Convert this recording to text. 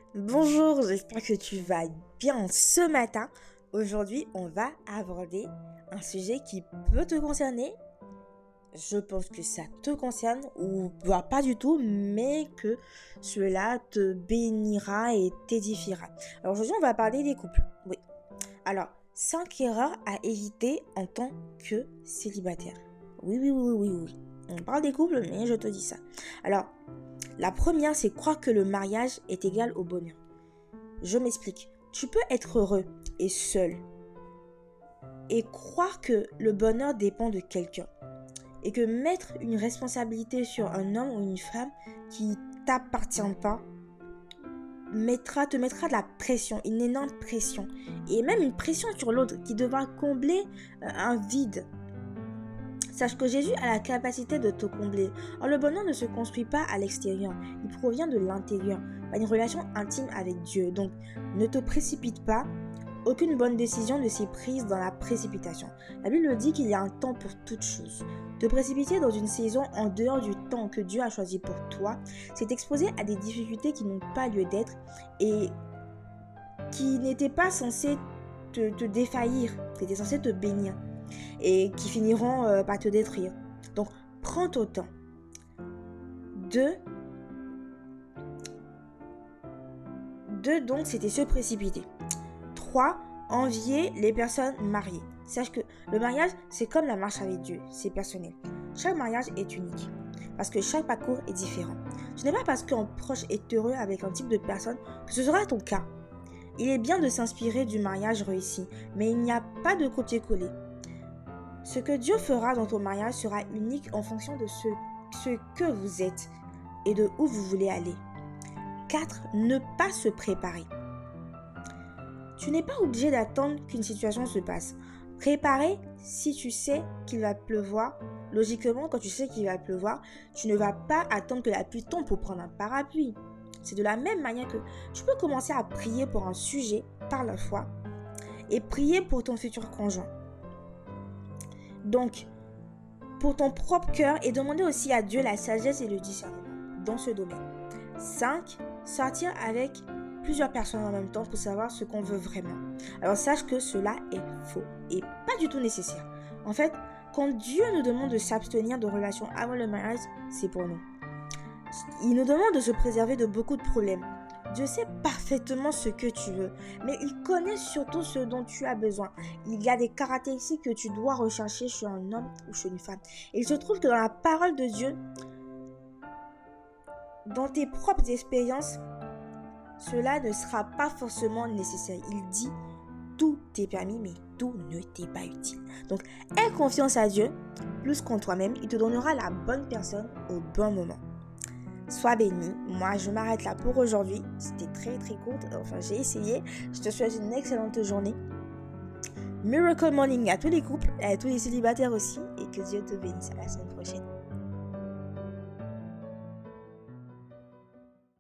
Bonjour, j'espère que tu vas bien ce matin. Aujourd'hui, on va aborder un sujet qui peut te concerner. Je pense que ça te concerne ou pas du tout, mais que cela te bénira et t'édifiera. Alors aujourd'hui, on va parler des couples. Oui. Alors, 5 erreurs à éviter en tant que célibataire. Oui. On parle des couples, mais je te dis ça. Alors, la première, c'est croire que le mariage est égal au bonheur. Je m'explique. Tu peux être heureux et seul et croire que le bonheur dépend de quelqu'un et que mettre une responsabilité sur un homme ou une femme qui t'appartient pas te mettra de la pression, une énorme pression et même une pression sur l'autre qui devra combler un vide. Sache que Jésus a la capacité de te combler. Or, le bonheur ne se construit pas à l'extérieur, il provient de l'intérieur, par une relation intime avec Dieu. Donc, ne te précipite pas. Aucune bonne décision ne s'est prise dans la précipitation. La Bible dit qu'il y a un temps pour toute chose. Te précipiter dans une saison en dehors du temps que Dieu a choisi pour toi, c'est t'exposer à des difficultés qui n'ont pas lieu d'être et qui n'étaient pas censées te défaillir, qui étaient censées te bénir et qui finiront par te détruire. Donc, prends ton temps. 2, donc, c'était se précipiter. 3, envier les personnes mariées. Sache que le mariage, c'est comme la marche avec Dieu, c'est personnel. Chaque mariage est unique, parce que chaque parcours est différent. Ce n'est pas parce qu'un proche est heureux avec un type de personne que ce sera ton cas. Il est bien de s'inspirer du mariage réussi, mais il n'y a pas de copier-coller. Ce que Dieu fera dans ton mariage sera unique en fonction de ce que vous êtes et de où vous voulez aller. 4. Ne pas se préparer. Tu n'es pas obligé d'attendre qu'une situation se passe. Préparer, si tu sais qu'il va pleuvoir, logiquement, quand tu sais qu'il va pleuvoir, tu ne vas pas attendre que la pluie tombe pour prendre un parapluie. C'est de la même manière que tu peux commencer à prier pour un sujet par la foi et prier pour ton futur conjoint. Donc, pour ton propre cœur et demander aussi à Dieu la sagesse et le discernement dans ce domaine. 5. Sortir avec plusieurs personnes en même temps pour savoir ce qu'on veut vraiment. Alors sache que cela est faux et pas du tout nécessaire. En fait, quand Dieu nous demande de s'abstenir de relations avant le mariage, c'est pour nous. Il nous demande de se préserver de beaucoup de problèmes. Dieu sait parfaitement ce que tu veux, mais il connaît surtout ce dont tu as besoin. Il y a des caractéristiques que tu dois rechercher chez un homme ou chez une femme. Et il se trouve que dans la parole de Dieu, dans tes propres expériences, cela ne sera pas forcément nécessaire. Il dit, tout est permis, mais tout ne t'est pas utile. Donc, aie confiance à Dieu, plus qu'en toi-même. Il te donnera la bonne personne au bon moment. Sois béni. Moi, je m'arrête là pour aujourd'hui. C'était très court. Enfin, j'ai essayé. Je te souhaite une excellente journée. Miracle Morning à tous les couples, à tous les célibataires aussi. Et que Dieu te bénisse. À la semaine prochaine.